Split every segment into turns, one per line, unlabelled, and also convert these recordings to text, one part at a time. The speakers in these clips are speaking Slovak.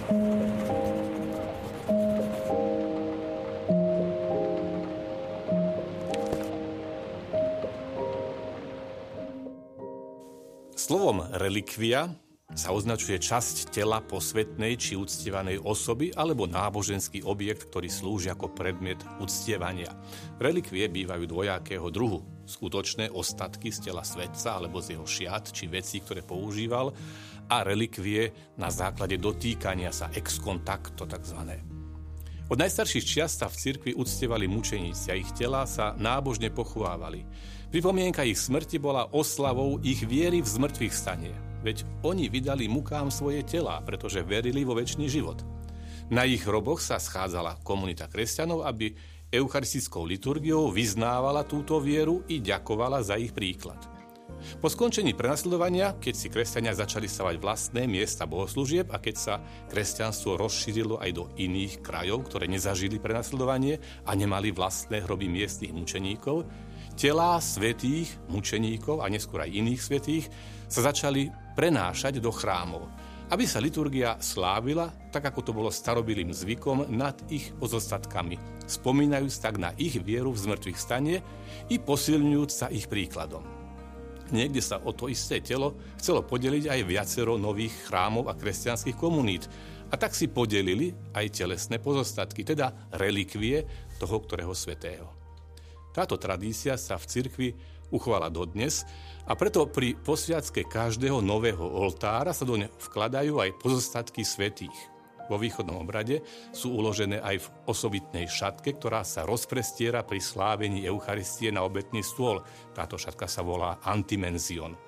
Slovom relikvia sa označuje časť tela posvätnej či uctievanej osoby alebo náboženský objekt, ktorý slúži ako predmet uctievania. Relikvie bývajú dvojakého druhu. Skutočné ostatky z tela svätca alebo z jeho šiat či vecí, ktoré používal, a relikvie na základe dotýkania sa ex contacto takzvané. Od najstarších čias sa v cirkvi uctievali mučeníci a ich telá sa nábožne pochovávali. Pripomienka ich smrti bola oslavou ich viery v zmrtvých stanie. Veď oni vydali mukám svoje telá, pretože verili vo večný život. Na ich hroboch sa schádzala komunita kresťanov, aby eucharistickou liturgiou vyznávala túto vieru i ďakovala za ich príklad. Po skončení prenasledovania, keď si kresťania začali stavať vlastné miesta bohoslúžieb a keď sa kresťanstvo rozšírilo aj do iných krajov, ktoré nezažili prenasledovanie a nemali vlastné hroby miestnych mučeníkov, telá svätých mučeníkov a neskôr aj iných svätých sa začali prenášať do chrámov, aby sa liturgia slávila, tak ako to bolo starobilým zvykom, nad ich pozostatkami, spomínajúc tak na ich vieru v zmrtvých stanie i posilňujúc sa ich príkladom. Niekde sa o to isté telo chcelo podeliť aj viacero nových chrámov a kresťanských komunít, a tak si podelili aj telesné pozostatky, teda relikvie toho ktorého svätého. Táto tradícia sa v cirkvi uchovala dodnes a preto pri posviacke každého nového oltára sa doň vkladajú aj pozostatky svätých. Vo východnom obrade sú uložené aj v osobitnej šatke, ktorá sa rozprestiera pri slávení Eucharistie na obetný stôl. Táto šatka sa volá antimenzion.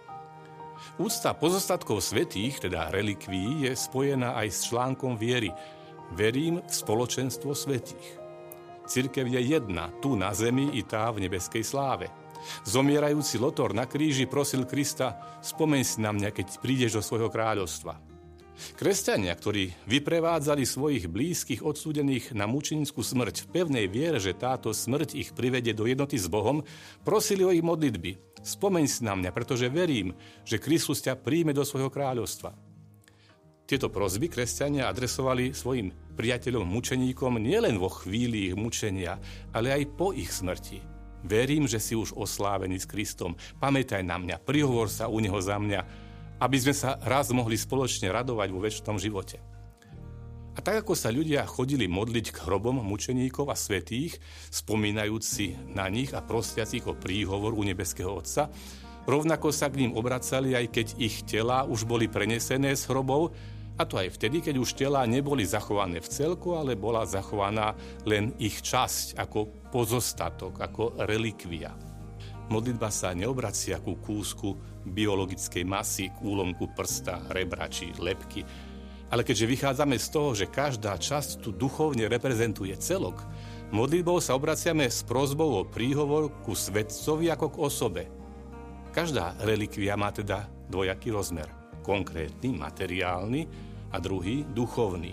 Úcta pozostatkov svätých, teda relikvií, je spojená aj s článkom viery. Verím v spoločenstvo svätých. Cirkev je jedna, tu na zemi i tá v nebeskej sláve. Zomierajúci Lotor na kríži prosil Krista: spomeň si na mňa, keď prídeš do svojho kráľovstva. Kresťania, ktorí vyprevádzali svojich blízkych odsúdených na mučenickú smrť v pevnej viere, že táto smrť ich privedie do jednoty s Bohom, prosili o ich modlitby: spomeň si na mňa, pretože verím, že Kristus ťa príjme do svojho kráľovstva. Tieto prosby kresťania adresovali svojim priateľom mučeníkom nielen vo chvíli ich mučenia, ale aj po ich smrti. Verím, že si už oslávený s Kristom. Pamätaj na mňa, prihovor sa u neho za mňa, aby sme sa raz mohli spoločne radovať vo večnom živote. A tak ako sa ľudia chodili modliť k hrobom mučeníkov a svätých, spomínajúc si na nich a prosiac ich o príhovor u nebeského Otca, rovnako sa k ním obracali, aj keď ich telá už boli prenesené z hrobov, a to aj vtedy, keď už telá neboli zachované v celku, ale bola zachovaná len ich časť ako pozostatok, ako relikvia. Modlitba sa neobracia ku kúsku biologickej masy, k úlomku prsta, rebra či lebky, ale keďže vychádzame z toho, že každá časť tu duchovne reprezentuje celok, modlitbou sa obraciame s prosbou o príhovor ku svätcovi ako k osobe. Každá relikvia má teda dvojaký rozmer. Konkrétny, materiálny a druhý, duchovný.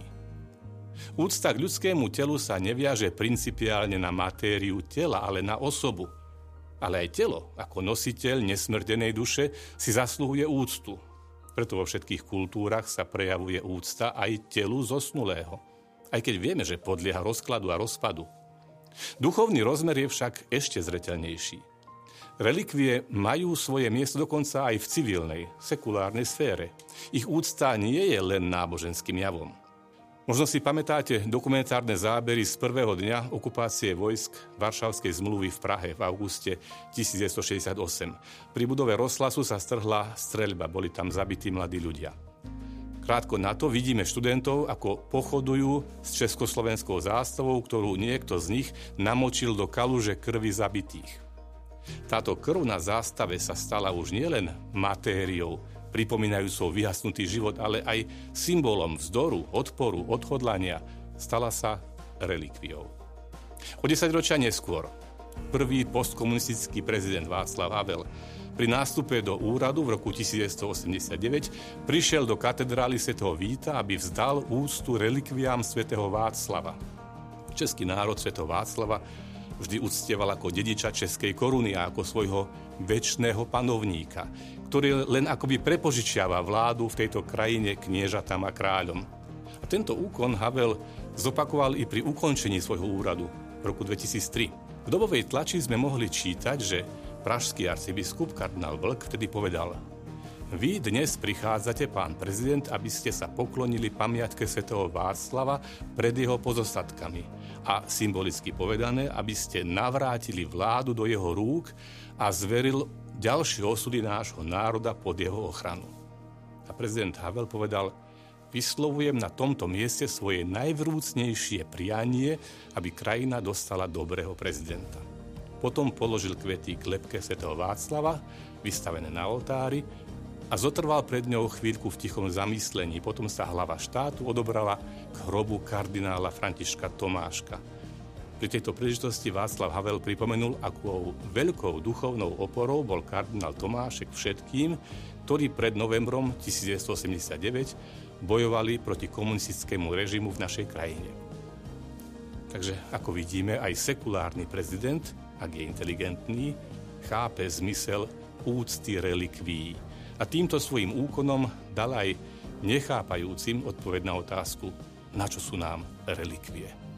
Úcta k ľudskému telu sa neviaže principiálne na matériu tela, ale na osobu. Ale aj telo, ako nositeľ nesmrtenej duše, si zasluhuje úctu. Preto vo všetkých kultúrach sa prejavuje úcta aj telu zosnulého. Aj keď vieme, že podlieha rozkladu a rozpadu. Duchovný rozmer je však ešte zreteľnejší. Relikvie majú svoje miesto dokonca aj v civilnej, sekulárnej sfére. Ich úcta nie je len náboženským javom. Možno si pamätáte dokumentárne zábery z prvého dňa okupácie vojsk Varšavskej zmluvy v Prahe v auguste 1968. Pri budove Roslasu sa strhla streľba, boli tam zabití mladí ľudia. Krátko na to vidíme študentov, ako pochodujú s československou zástavou, ktorú niekto z nich namočil do kaluže krvi zabitých. Táto krv na zástave sa stala už nielen matériou, pripomínajúcou vyhasnutý život, ale aj symbolom vzdoru, odporu, odhodlania. Stala sa relikviou. O 10 ročia neskôr prvý postkomunistický prezident Václav Havel pri nástupe do úradu v roku 1989 prišiel do katedrály svätého Víta, aby vzdal úctu relikviám svätého Václava. Český národ svätého Václava vždy uctieval ako dediča českej koruny a ako svojho večného panovníka, ktorý len akoby prepožičiava vládu v tejto krajine kniežatám a kráľom. A tento úkon Havel zopakoval i pri ukončení svojho úradu v roku 2003. V dobovej tlači sme mohli čítať, že pražský arcibiskup kardinál Vlk vtedy povedal: Vy dnes prichádzate, pán prezident, aby ste sa poklonili pamiatke svätého Václava pred jeho pozostatkami a symbolicky povedané, aby ste navrátili vládu do jeho rúk a zveril ďalšie osudy nášho národa pod jeho ochranu. A prezident Havel povedal: Vyslovujem na tomto mieste svoje najvrúcnejšie prianie, aby krajina dostala dobrého prezidenta. Potom položil kvety k lebke svätého Václava, vystavené na oltári, a zotrval pred ňou chvíľku v tichom zamyslení. Potom sa hlava štátu odobrala k hrobu kardinála Františka Tomáška. Pri tejto príležitosti Václav Havel pripomenul, akou veľkou duchovnou oporou bol kardinál Tomášek všetkým, ktorí pred novembrom 1989 bojovali proti komunistickému režimu v našej krajine. Takže, ako vidíme, aj sekulárny prezident, ak je inteligentný, chápe zmysel úcty relikvií. A týmto svojím úkonom dal aj nechápajúcim odpoveď na otázku, na čo sú nám relikvie.